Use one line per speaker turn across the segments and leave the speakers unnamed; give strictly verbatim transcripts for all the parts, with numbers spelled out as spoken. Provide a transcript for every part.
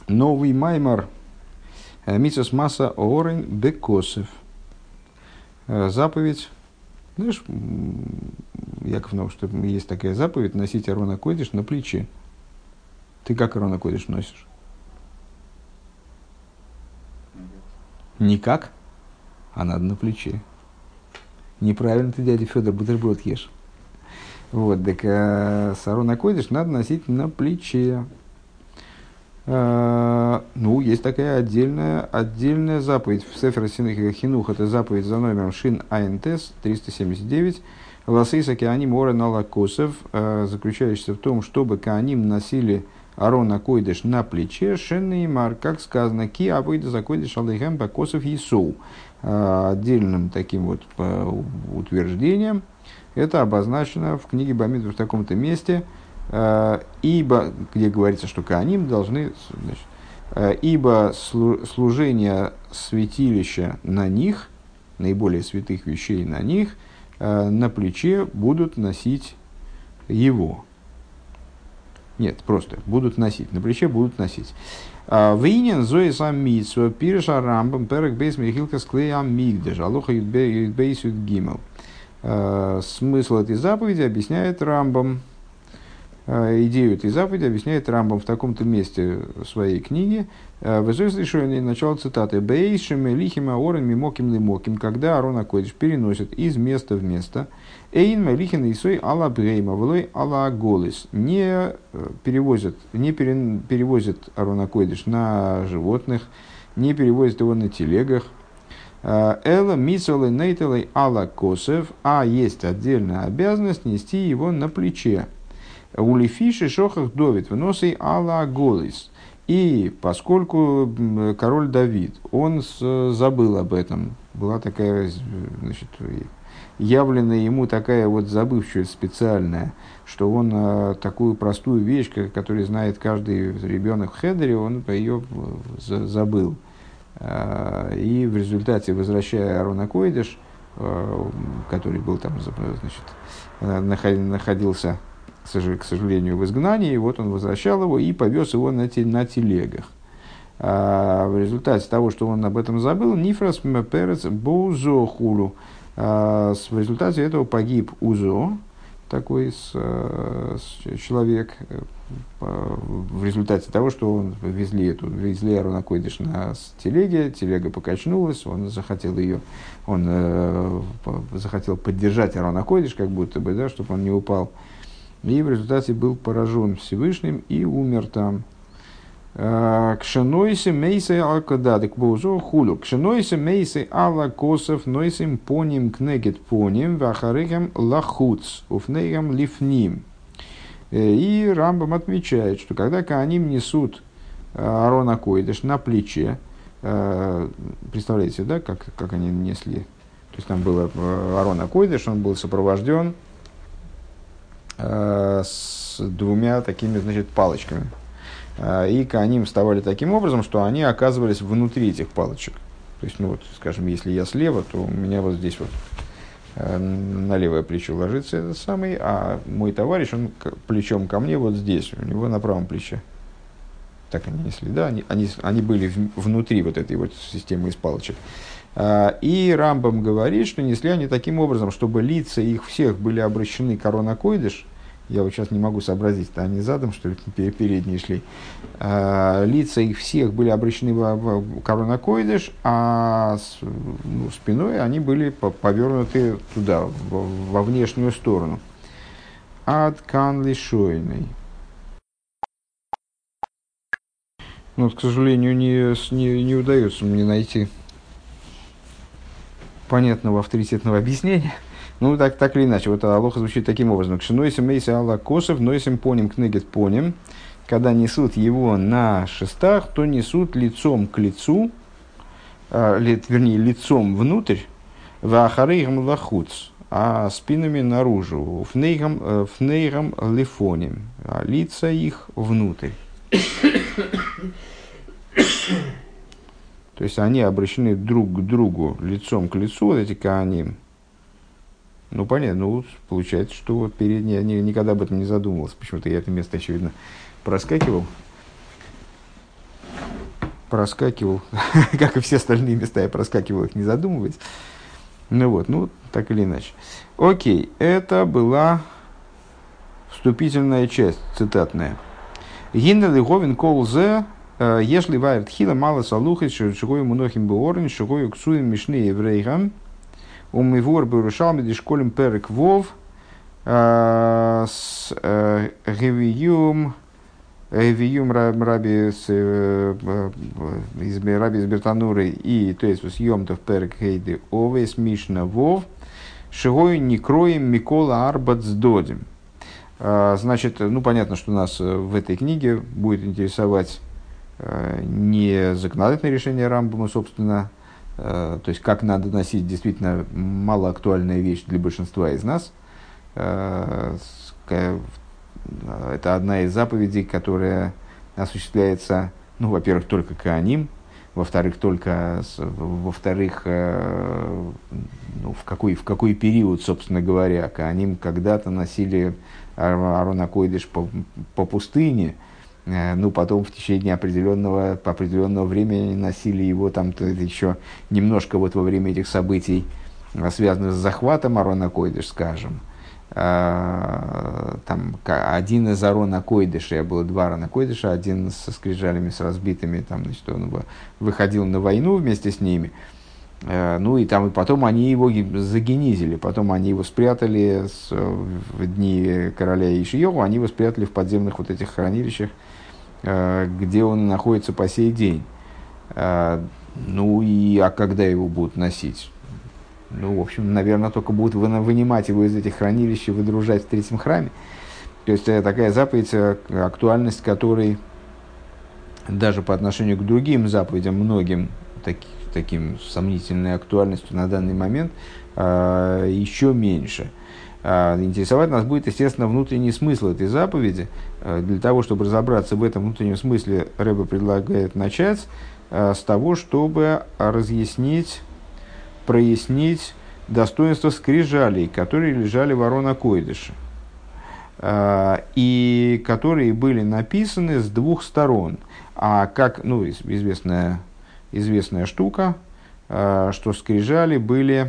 Новый маймар митсвос масса орен бекосев. Заповедь. Знаешь, Яков Нов, что есть такая заповедь носить Арона Койдиш на плече. Ты как Арона Койдиш носишь? Никак, а надо на плече. Неправильно ты, дядя Федор, бутерброд ешь. Вот, так а, с Арона Койдиш надо носить на плече. А, ну, есть такая отдельная, отдельная заповедь в Сефер Хинух. Это заповедь за номером Шин Айнтес триста семьдесят девять. Ласейса Кааним Орен Алакосов, заключающаяся в том, чтобы Кааним носили Арона Койдиш на плече. Шенный мар, как сказано, ки абойда закойдиш алейхем бакосов Есоу. Отдельным таким вот утверждением это обозначено в книге Бамидбар в таком-то месте, ибо, где говорится, что Кааним должны, значит, ибо служение святилища на них, наиболее святых вещей на них, на плече будут носить его. Нет, просто будут носить, на плече будут носить. Винен зои сам митсва пиреша рамбам перек бейс михилка склея мигдеш алоха юдбейс юдгимал. Смысл этой заповеди объясняет Рамбам. Идею этой заповеди объясняет Рамбам в таком-то месте своей книги. Вызовствующее начало цитаты. «Бейшем лихима орен мимоким лимоким», когда Арона Койдиш переносит из места в место. «Эйн мелихин исой ала брейма, влой ала голис». Не перевозят, не перевозят Арона Койдиш на животных, не перевозят его на телегах. «Эла митсолы нейтелей ала косев», а есть отдельная обязанность нести его на плече. Улифиши шохах довид выносей ала голис. И поскольку король Давид, он забыл об этом, была такая, значит, явлена ему такая вот забывчивость специальная, что он э, такую простую вещь, которую знает каждый ребенок в хедере, он ее забыл. Э, и в результате, возвращая Арона Койдиш, э, который был там, значит, находился, к сожалению, в изгнании, и вот он возвращал его и повез его на, те, на телегах. А в результате того, что он об этом забыл, Нифрас Перец Боузо Хулу. А в результате этого погиб Узо, такой с, с человек, в результате того, что он везли, эту, везли Арона Койдиш на телеге, телега покачнулась, он захотел ее, он э, захотел поддержать Арона Койдиш, как будто бы, да, чтобы он не упал. И в результате был поражен Всевышним и умер там. Кшенойсе мейсе алкададек боузо хулю. Кшенойсе мейсе ала косов нойсим поним кнегет поним вахарихем лахуц уфнейгем лифним. И Рамбам отмечает, что когда Кааним несут Арона Койдиш на плече, представляете, да, как, как они несли? То есть там было Арона Койдиш, он был сопровожден с двумя такими, значит, палочками. И Кааним вставали таким образом, что они оказывались внутри этих палочек. То есть, ну вот, скажем, если я слева, то у меня вот здесь вот на левое плечо ложится этот самый, а мой товарищ, он плечом ко мне вот здесь, у него на правом плече. Так они несли, да? Они, они, они были внутри вот этой вот системы из палочек. И Рамбам говорит, что несли они таким образом, чтобы лица их всех были обращены к Арона Койдиш. Я вот сейчас не могу сообразить, то они задом, что ли, передние шли. Лица их всех были обращены к Арона Койдиш, а с, ну, спиной они были повернуты туда, во внешнюю сторону. Ад кан лишойный. Ну, к сожалению, не, не, не удается мне найти понятного авторитетного объяснения. Ну, так, так или иначе, вот алоха звучит таким образом. Кшенойсим мейси алла косов, нойсим поним кнегет поним. Когда несут его на шестах, то несут лицом к лицу, э, ли, вернее, лицом внутрь, ваахарейгам лахуц, а спинами наружу, фнейгам, фнейгам лифоним, а лица их внутрь. То есть они обращены друг к другу, лицом к лицу, вот эти Кааним. Ну, понятно, ну, получается, что вот передние, я никогда об этом не задумывался. Почему-то я это место, очевидно, проскакивал. проскакивал, как и все остальные места, я проскакивал их, не задумываясь. Ну вот, ну, так или иначе. Окей, это была вступительная часть, цитатная. «Гинна лиговин кол зе, ешли вайрт хила мало салухи, шигою мунохим беорн, шигою ксуем мишны еврейгам, умивор берушалми дишколем перек вов, с гевиюм, гевиюм раби из раби из Бертануры и то есть с йомтов перек гейды овес мишна вов, шигою не кроем микола арбат сдодим». Значит, ну понятно, что нас в этой книге будет интересовать не законодательное решение Рамбама, собственно, то есть как надо носить действительно малоактуальная вещь для большинства из нас. Это одна из заповедей, которая осуществляется, ну, во-первых, только коаним, во-вторых, только, во-вторых, ну, в какой, в какой период, собственно говоря, коаним когда-то носили Арон ха-Койдеш по, по пустыне, ну, потом в течение определенного, определенного времени носили его там еще немножко вот во время этих событий, связанных с захватом Арон ха-Койдеш, скажем. Там один из Арон ха-Койдеша, было два Арон ха-Койдеша, один со скрижалями, с разбитыми, там, значит, он выходил на войну вместе с ними. Ну и там и потом они его загенизили, потом они его спрятали с, в дни короля Ишиёву, они его спрятали в подземных вот этих хранилищах, где он находится по сей день. Ну и а когда его будут носить? Ну, в общем, наверное, только будут вынимать его из этих хранилищ и выдружать в третьем храме. То есть такая заповедь, актуальность которой даже по отношению к другим заповедям, многим таким, таким сомнительной актуальностью на данный момент, э, еще меньше. Э, интересовать нас будет, естественно, внутренний смысл этой заповеди. Э, для того, чтобы разобраться в этом внутреннем смысле, Ребе предлагает начать э, с того, чтобы разъяснить, прояснить достоинства скрижалей, которые лежали в Арон ха-Койдеше, э, и которые были написаны с двух сторон. А как, ну, известная Известная штука, что скрижали были,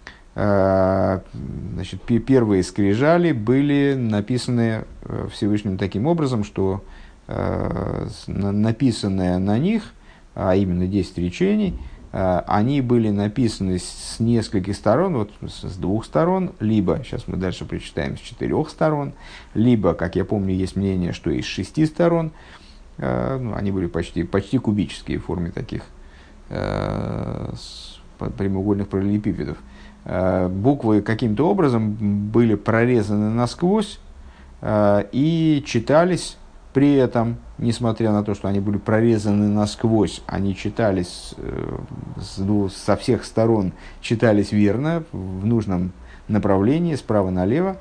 значит, первые скрижали были написаны Всевышним таким образом, что написанное на них, а именно десять речений, они были написаны с нескольких сторон, вот с двух сторон, либо, сейчас мы дальше прочитаем, с четырех сторон, либо, как я помню, есть мнение, что и с шести сторон. Ну, они были почти, почти кубические в форме таких прямоугольных параллелепипедов. Буквы каким-то образом были прорезаны насквозь и читались при этом, несмотря на то, что они были прорезаны насквозь, они читались со всех сторон, читались верно, в нужном направлении, справа налево.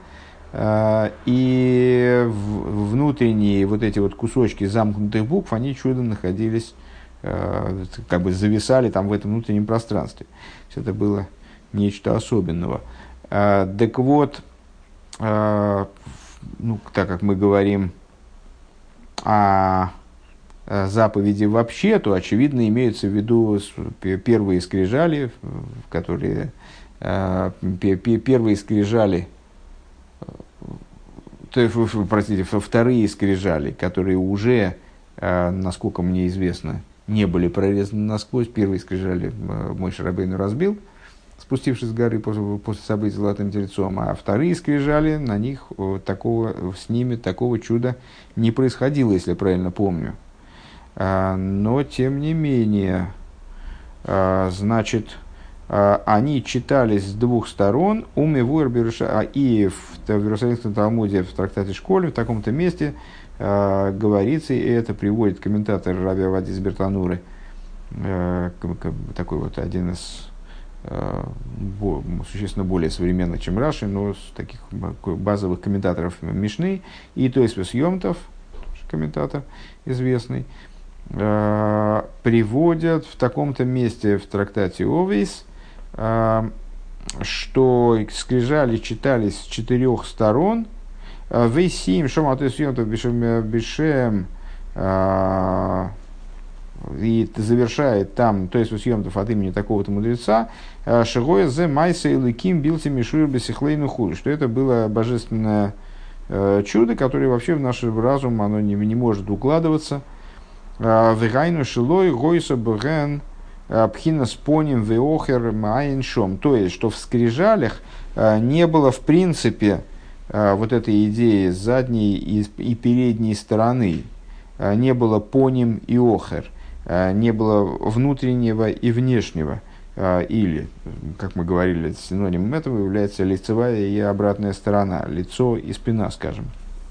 И внутренние вот эти вот кусочки замкнутых букв, они чудом находились, как бы зависали там в этом внутреннем пространстве. Это было нечто особенного. Так вот, ну, так как мы говорим о заповеди вообще, то, очевидно, имеются в виду первые скрижали, которые, первые скрижали, то есть, простите, вторые скрижали, которые уже, насколько мне известно, не были прорезаны насквозь. Первые скрижали Моше Рабейну разбил, спустившись с горы после, после событий с Золотым Тельцом, а вторые скрижали, на них такого, с ними такого чуда не происходило, если я правильно помню. Но, тем не менее, значит, они читались с двух сторон, умевуэр беруша, и в, в Иерусалимском Талмуде, в трактате Школе, в таком-то месте э, говорится, и это приводит комментатор Раби Авадия из Бертануры, э, такой вот один из э, бо, существенно более современных, чем Раши, но с таких базовых комментаторов Мишны, и то есть Йомтов, комментатор известный, э, приводят в таком-то месте в трактате Овейс, что скрижали читались с четырех сторон. Вейсим шоматес йомтов бишем бишем и завершает там, то есть у съемтов от имени такого-то мудреца, Шигоя зе майса и лыким билти мишур бесихлейну хули, что это было божественное чудо, которое вообще в наш разум оно не, не может укладываться. Вегайну шилой гойса бген пхина споним веохер маиншом. То есть, что в скрижалях не было в принципе вот этой идеи задней и, и передней стороны. Не было поним и охер. Не было внутреннего и внешнего. Или, как мы говорили, синонимом этого является лицевая и обратная сторона, лицо и спина, скажем.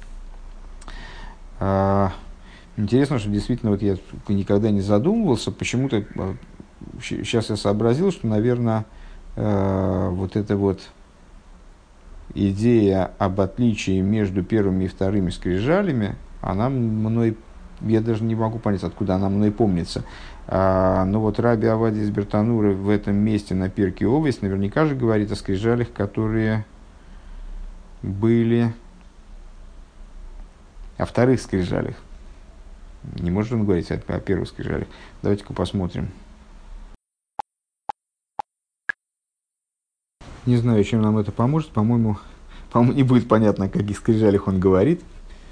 Интересно, что действительно вот я никогда не задумывался, почему-то сейчас я сообразил, что, наверное, вот эта вот идея об отличии между первыми и вторыми скрижалями, она мной, я даже не могу понять, откуда она мной помнится. А, но вот Раби Авадия из Бертануры в этом месте на Пирке Овес наверняка же говорит о скрижалях, которые были о вторых скрижалях. Не может он говорить о, о первых скрижалях. Давайте-ка посмотрим. Не знаю, чем нам это поможет. По-моему, по-моему, не будет понятно, о каких скрижалях он говорит.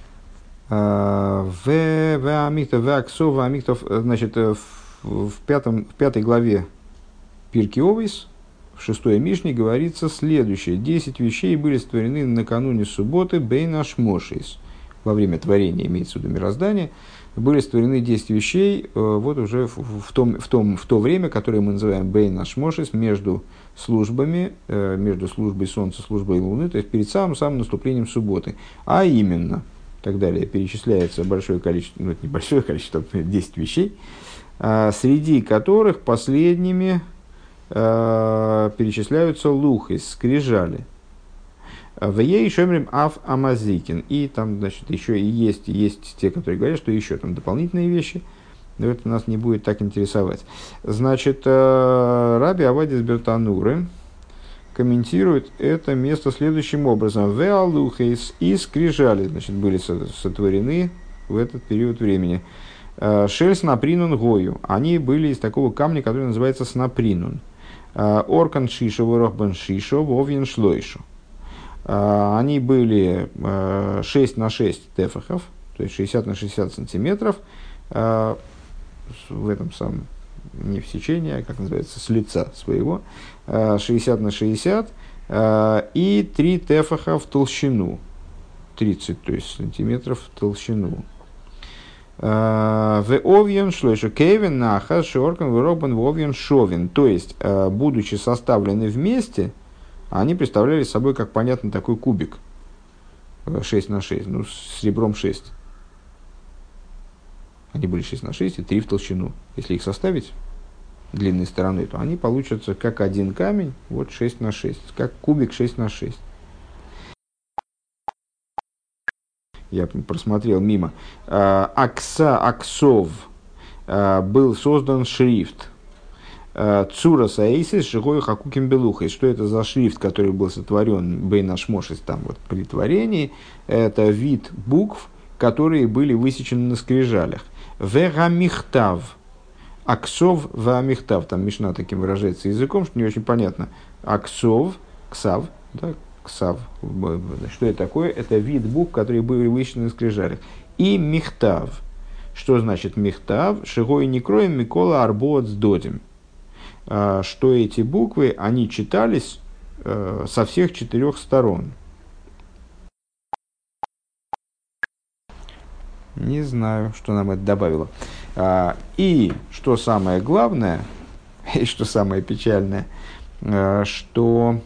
В Амихтов, в Аксов, в Амихтов, значит, в, в, пятом, в пятой главе Пирки Овес, в шестой Мишне говорится следующее. Десять вещей были сотворены накануне субботы Бейна Шмошис. Во время творения, имеется в виду мироздание, были сотворены десять вещей, вот уже в, в, том, в, том, в то время, которое мы называем Бейна Шмошис, между службами, между службой Солнца, службой Луны, то есть перед самым-самым наступлением субботы. А именно, так далее, перечисляется большое количество, ну, это небольшое количество, десять вещей, среди которых последними перечисляются лухи, скрижали. В ей шомрим ав амазикин. И там, значит, еще и есть, есть те, которые говорят, что еще там дополнительные вещи, но это нас не будет так интересовать. Значит, Раби Авадия из Бертануры комментирует это место следующим образом. Веалухейс и скрижали, значит, были сотворены в этот период времени. Шель снапринун гою. Они были из такого камня, который называется снапринун. Оркан шишо, ворохбан шишо, вовьен шлойшо. Они были шесть на шесть тефахов, то есть шестьдесят на шестьдесят сантиметров, в этом самом, не в сечении, а как называется, с лица своего, шестьдесят на шестьдесят, и три тефаха в толщину, тридцать, то есть сантиметров в толщину. В овьен шлойшо кевин наха шоркан вырогбан в овьен шовин, то есть, будучи составлены вместе, они представляли собой, как понятно, такой кубик шесть на шесть, ну, с ребром шесть. Они были шесть на шесть и три в толщину. Если их составить длинной стороной, то они получатся как один камень, вот шесть на шесть, как кубик шесть на шесть. Я просмотрел мимо. Акса, Аксов был создан шрифт. Цура саэйсис шигой хакуким белухой. Что это за шрифт, который был сотворен бейна шмошис там вот при творении? Это вид букв, которые были высечены на скрижалях. Вегамихтав. Аксов вегамихтав. Там Мишна таким выражается языком, что не очень понятно. Аксов, ксав, да, ксав. Что это такое? Это вид букв, которые были высечены на скрижалях. И михтав. Что значит михтав? Шигой не кроем микола арбоот с додим. Что эти буквы, они читались э, со всех четырех сторон. Не знаю, что нам это добавило. А, и, что самое главное, и что самое печальное, э, что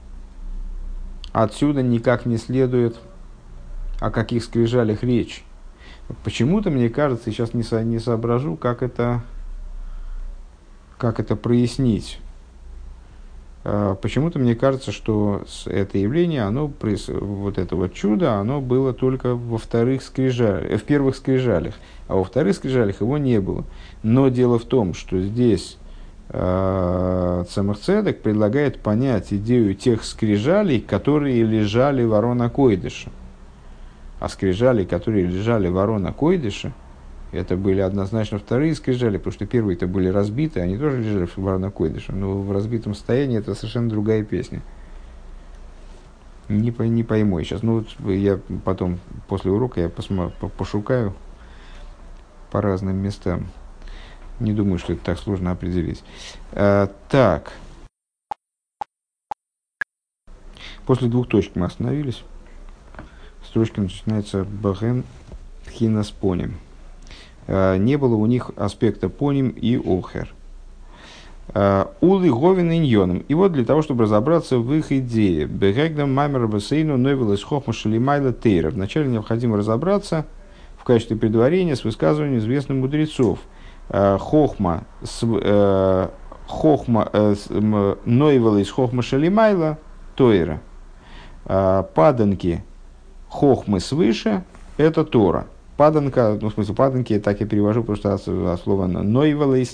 отсюда никак не следует, о каких скрижалях речь. Почему-то, мне кажется, сейчас не, со, не соображу, как это... Как это прояснить? Почему-то мне кажется, что это явление, оно, вот это вот чудо, оно было только во вторых скрижалях, в первых скрижалях, а во вторых скрижалях его не было. Но дело в том, что здесь э, Цемах Цедек предлагает понять идею тех скрижалей, которые лежали в Арон а-Койдеше. А скрижали, которые лежали в Арон а-Койдеше, это были однозначно вторые скрижали, потому что первые-то были разбиты, они тоже лежали в Варна Койдыша, но в разбитом состоянии это совершенно другая песня. Не, по, не пойму сейчас. Ну, вот я потом, после урока, я посма, пошукаю по разным местам. Не думаю, что это так сложно определить. А, так. После двух точек мы остановились. Строчка начинается «Бахен хинас поним». А, не было у них аспекта поним и охер. Улы говин иньоном. И вот для того, чтобы разобраться в их идее. Бегэгдам мамер бассейну новелес хохма шалимайла тейра. Вначале необходимо разобраться в качестве предварения с высказыванием известных мудрецов. Хохма хохма новелес хохма шалимайла тойра. Паданки хохмы свыше – это Тора. Паданка, ну в смысле паданки, так я перевожу просто от слова новелес.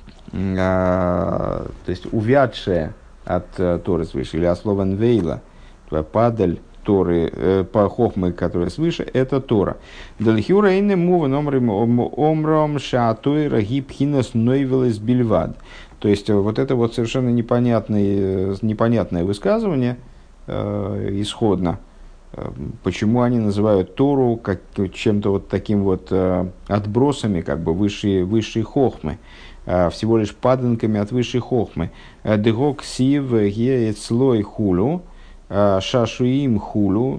А, то есть увядшая от а, Торы свыше, или от слова «нвейла», падаль Торы, э, по хохмы, которая свыше, это Тора. Дальхюра инне мува номрим омром шаатойра гибхинас нойвелес бильвад. То есть вот это вот совершенно непонятное, непонятное высказывание э, исходно. Почему они называют Тору как, чем-то вот таким вот э, отбросами, как бы высшей, высшей хохмы, э, всего лишь паданками от высшей хохмы. Дегок сив геэцлой хулу, шашуим хулу,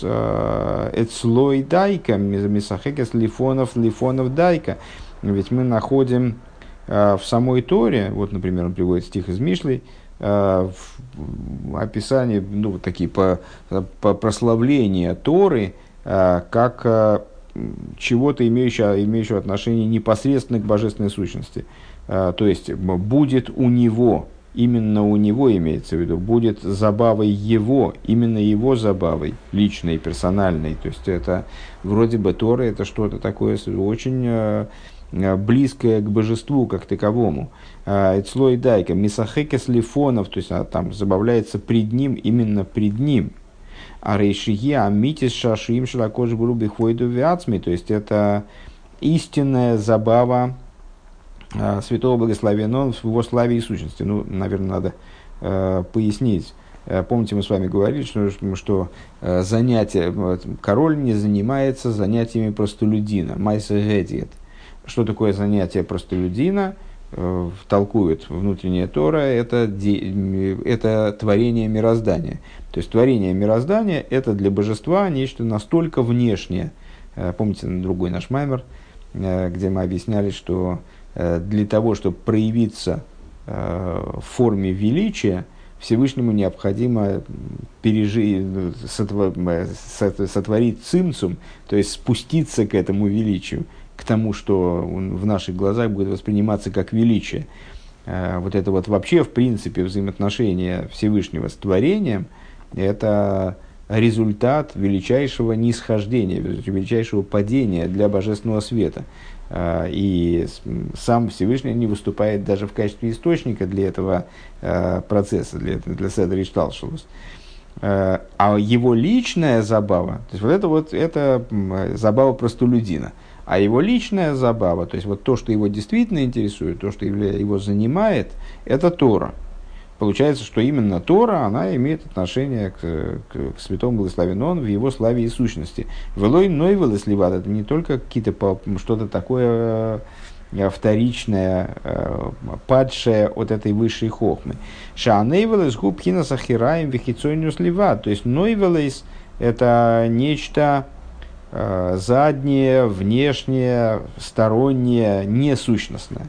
эцлой дайка, мисахекес лифонов лифонов дайка. Ведь мы находим э, в самой Торе, вот, например, он приводит стих из Мишлей, в описании, ну, такие по, по прославления Торы, как чего-то имеющего, имеющего отношение непосредственно к божественной сущности. То есть, будет у него, именно у него имеется в виду, будет забавой его, именно его забавой, личной, персональной. То есть, это вроде бы Тора, это что-то такое очень близкое к божеству как таковому. Эцлой дайка, мисахекес лифонов, то есть она там забавляется пред ним, именно пред ним. А рейшия амитис шашуим шелакош груби хвойду виацми, то есть это истинная забава а, святого благословенного в его славе и сущности. Ну, наверное, надо а, пояснить. Помните, мы с вами говорили, что, что а, занятие, король не занимается занятиями простолюдина, майса гэдиет. Что такое занятие простолюдина? Э, толкует внутренняя Тора, это, де, это творение мироздания. То есть творение мироздания – это для божества нечто настолько внешнее. Э, помните другой наш маймер, э, где мы объясняли, что э, для того, чтобы проявиться э, в форме величия, Всевышнему необходимо пережи, сотворить цимцум, то есть спуститься к этому величию, к тому, что в наших глазах будет восприниматься как величие. Вот это вот вообще, в принципе, взаимоотношение Всевышнего с творением, это результат величайшего нисхождения, величайшего падения для божественного света. И сам Всевышний не выступает даже в качестве источника для этого процесса, для, для Седер Ишталшелус. А его личная забава, то есть вот это вот это забава простолюдина. А его личная забава, то есть вот то, что его действительно интересует, то, что его занимает, это Тора. Получается, что именно Тора, она имеет отношение к, к, к святому благословенному он в его славе и сущности. Велой нойвел и сливат, это не только какие-то что-то такое вторичное, падшее от этой высшей хохмы. Шаанейвелес губхина сахираем вихицойню сливат. То есть нойвелес это нечто заднее, внешнее, стороннее, несущностное.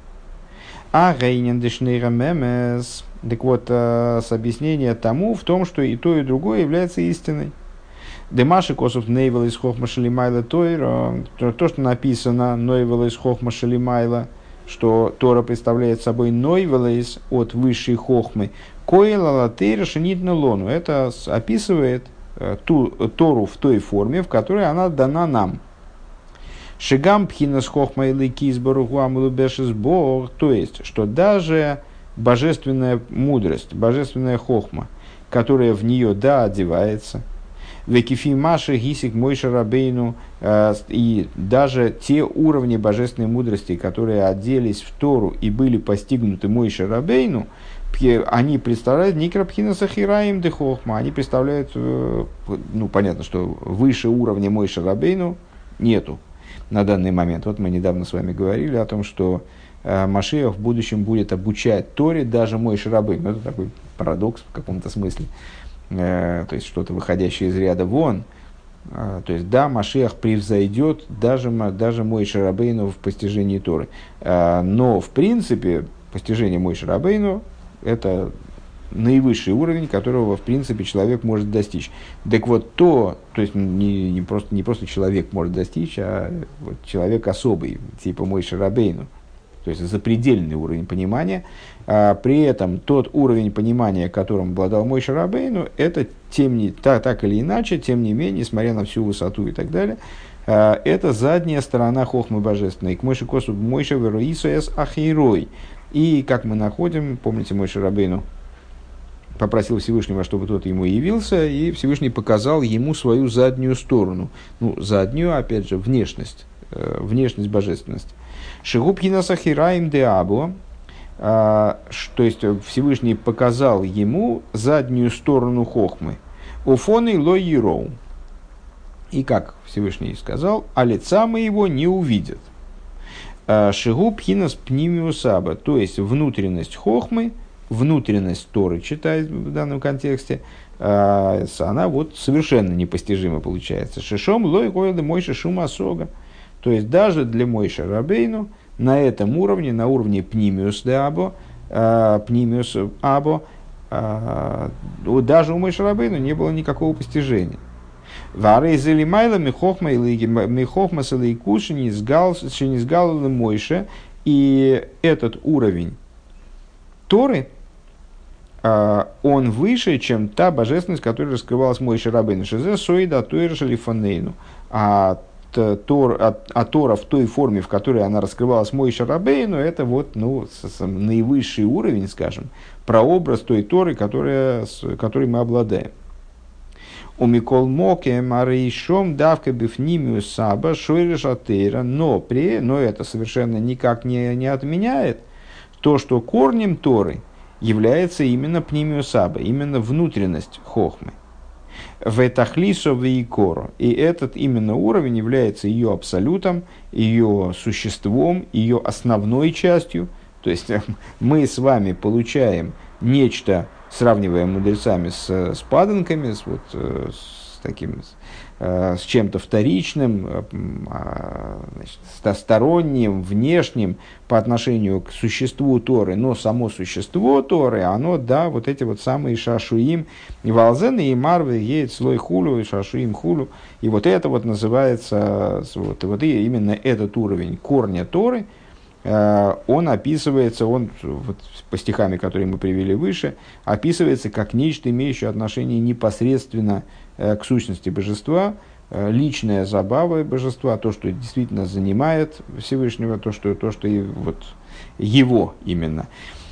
А гейнен дешнейра мемес. Так вот, с объяснением тому в том, что и то, и другое является истиной. Демаши косов нейвел из хохма шалимайла тойра. То, что написано нейвел из хохма шалимайла, что Тора представляет собой нейвел от высшей хохмы. Коэла латейра шенитна лону. Это описывает ту Тору в той форме, в которой она дана нам. Шигам пхинас хохма или кизбару гуамулу бешес бог, то есть, что даже божественная мудрость, божественная хохма, которая в нее да одевается, Векифи Маши Гисик Мойша Рабейну, и даже те уровни божественной мудрости, которые оделись в Тору и были постигнуты Мойша Рабейну, они представляют Никрабхина Сахираим де Хохма, они представляют, ну, понятно, что выше уровня Мойша Рабейну нету на данный момент. Вот мы недавно с вами говорили о том, что э, Машиах в будущем будет обучать Торе даже Мойше Рабейну. Это такой парадокс в каком-то смысле, э, то есть что-то выходящее из ряда вон. Э, то есть да, Машиах превзойдет даже, даже Мойше Рабейну в постижении Торы. Э, но в принципе постижение Мойше Рабейну это наивысший уровень, которого, в принципе, человек может достичь. Так вот, то, то есть не, не, просто, не просто человек может достичь, а вот человек особый, типа Мойше Рабейну, то есть запредельный уровень понимания. А при этом тот уровень понимания, которым обладал Мойше Рабейну, это тем не, так, так или иначе, тем не менее, несмотря на всю высоту и так далее, а, это задняя сторона Хохмы Божественной. К Мойше Косу Мойше Вероисуэс Ахирой. И, как мы находим, помните, Мойше Рабейну попросил Всевышнего, чтобы тот ему явился, и Всевышний показал ему свою заднюю сторону. Ну, заднюю, опять же, внешность, э, внешность божественности. Шигубхина Сахираим де Або, э, то есть Всевышний показал ему заднюю сторону Хохмы. Уфоны ло ероу. И как Всевышний сказал, а лица мы его не увидят. Шигубхина пнимиусаба, то есть внутренность Хохмы, внутренность Торы, читает в данном контексте, э, она вот совершенно непостижима получается. Шишом лой гойлы Мойше шум асога. То есть даже для Мойше Рабейну на этом уровне, на уровне пнимиус де або, э, пнимиус або, э, даже у Мойше Рабейну не было никакого постижения. Варей зелимайла михохма или михохма салейку шинизгал Мойше, и этот уровень Торы, он выше, чем та божественность, которая раскрывалась Мойше Рабейну. Шезе соида тойра шалифанейну. А, тор, а, а Тора в той форме, в которой она раскрывалась Мойше Рабейну, это вот, ну, с, с, наивысший уровень, скажем, прообраз той Торы, которая, с которой мы обладаем. У Микол Моке Маришом давка бифнимию саба шойреш атеира, но при, но это совершенно никак не, не отменяет то, что корнем Торы является именно пнимиусаба, именно внутренность хохмы. В тахлисо вейкоро. И этот именно уровень является ее абсолютом, ее существом, ее основной частью. То есть мы с вами получаем нечто, сравнивая мудрецами с, с паданками, с, вот, с таким... с чем-то вторичным, значит, сторонним, внешним по отношению к существу Торы, но само существо Торы, оно, да, вот эти вот самые шашуим, и валзены, и марвы, есть слой хулу, и шашуим хулу, и вот это вот называется, вот, вот и именно этот уровень корня Торы, он описывается, он вот, по стихами, которые мы привели выше, описывается как нечто, имеющее отношение непосредственно к сущности божества, личная забава божества, то, что действительно занимает Всевышнего, то, что, то, что и, вот, его именно.